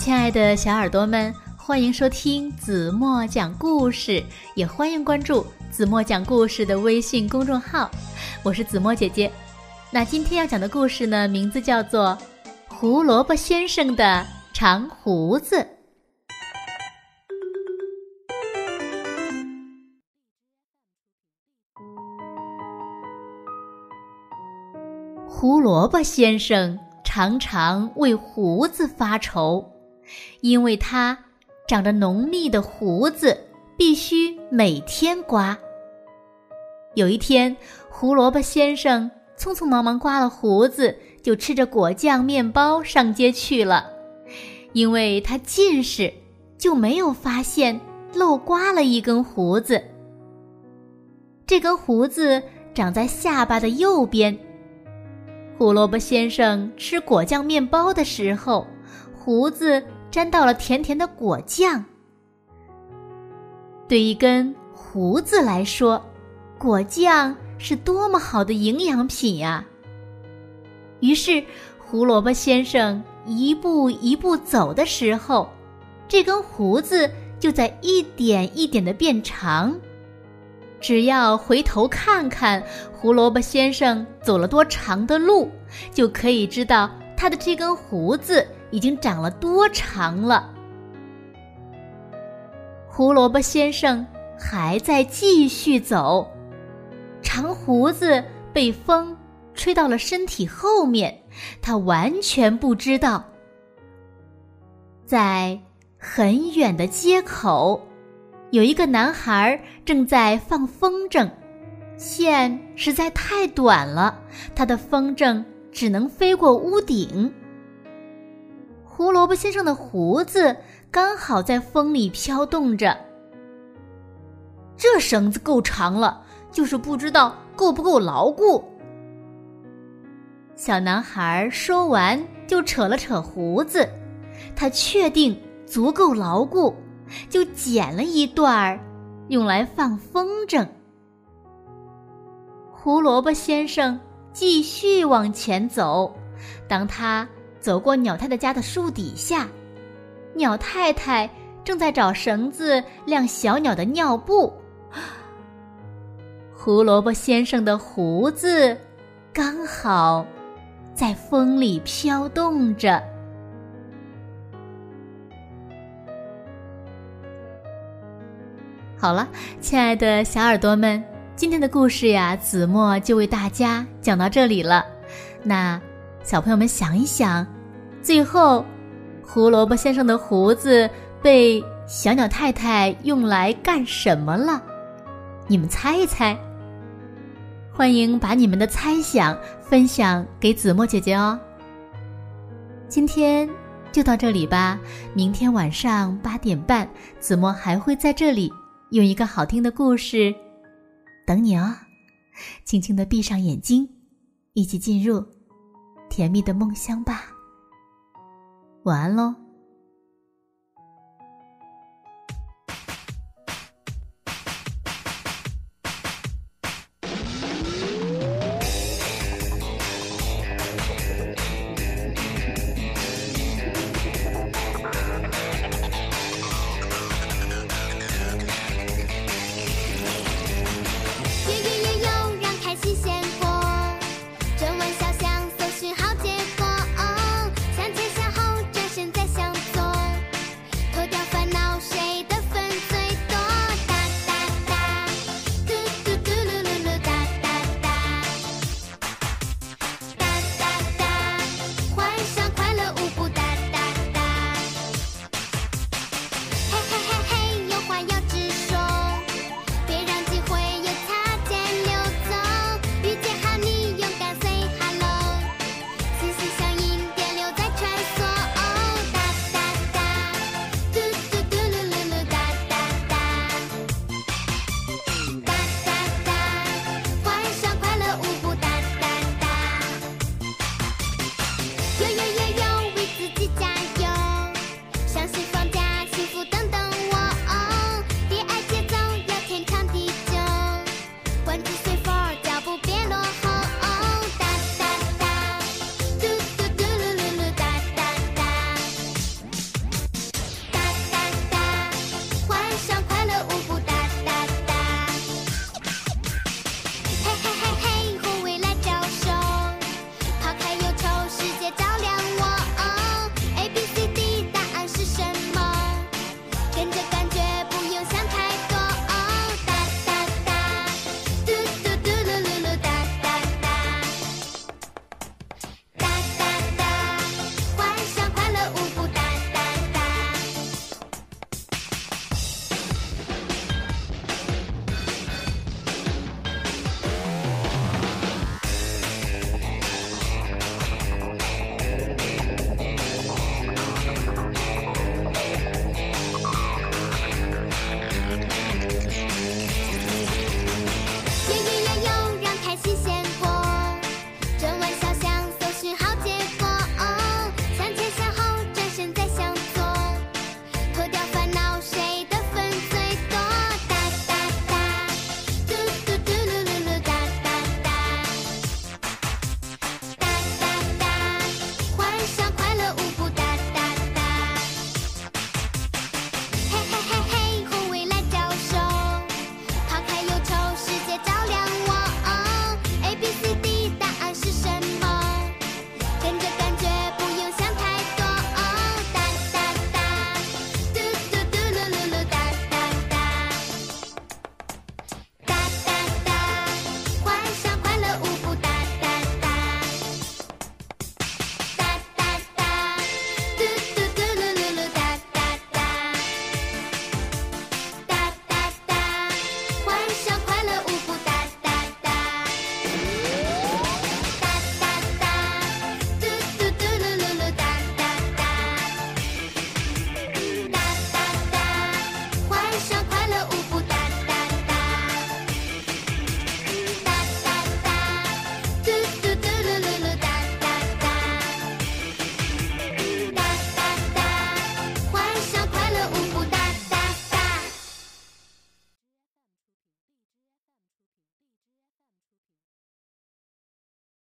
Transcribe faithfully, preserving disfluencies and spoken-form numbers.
亲爱的小耳朵们，欢迎收听子墨讲故事，也欢迎关注子墨讲故事的微信公众号。我是子墨姐姐。那今天要讲的故事呢，名字叫做《胡萝卜先生的长胡子》。胡萝卜先生常常为胡子发愁，因为他长着浓密的胡子，必须每天刮。有一天，胡萝卜先生匆匆忙忙刮了胡子，就吃着果酱面包上街去了。因为他近视，就没有发现漏刮了一根胡子。这根胡子长在下巴的右边。胡萝卜先生吃果酱面包的时候，胡子沾到了甜甜的果酱。对一根胡子来说，果酱是多么好的营养品呀！于是胡萝卜先生一步一步走的时候，这根胡子就在一点一点地变长。只要回头看看胡萝卜先生走了多长的路，就可以知道他的这根胡子已经长了多长了。胡萝卜先生还在继续走，长胡子被风吹到了身体后面，他完全不知道。在很远的街口，有一个男孩正在放风筝，线实在太短了，他的风筝只能飞过屋顶。胡萝卜先生的胡子刚好在风里飘动着。这绳子够长了，就是不知道够不够牢固。小男孩说完就扯了扯胡子，他确定足够牢固，就剪了一段儿用来放风筝。胡萝卜先生继续往前走，当他走过鸟太太家的树底下，鸟太太正在找绳子晾小鸟的尿布。胡萝卜先生的胡子刚好在风里飘动着。好了，亲爱的小耳朵们，今天的故事呀，子墨就为大家讲到这里了。那小朋友们想一想，最后胡萝卜先生的胡子被小鸟太太用来干什么了？你们猜一猜。欢迎把你们的猜想分享给子墨姐姐哦。今天就到这里吧，明天晚上八点半，子墨还会在这里用一个好听的故事等你哦。轻轻地闭上眼睛，一起进入甜蜜的梦乡吧。晚安喽。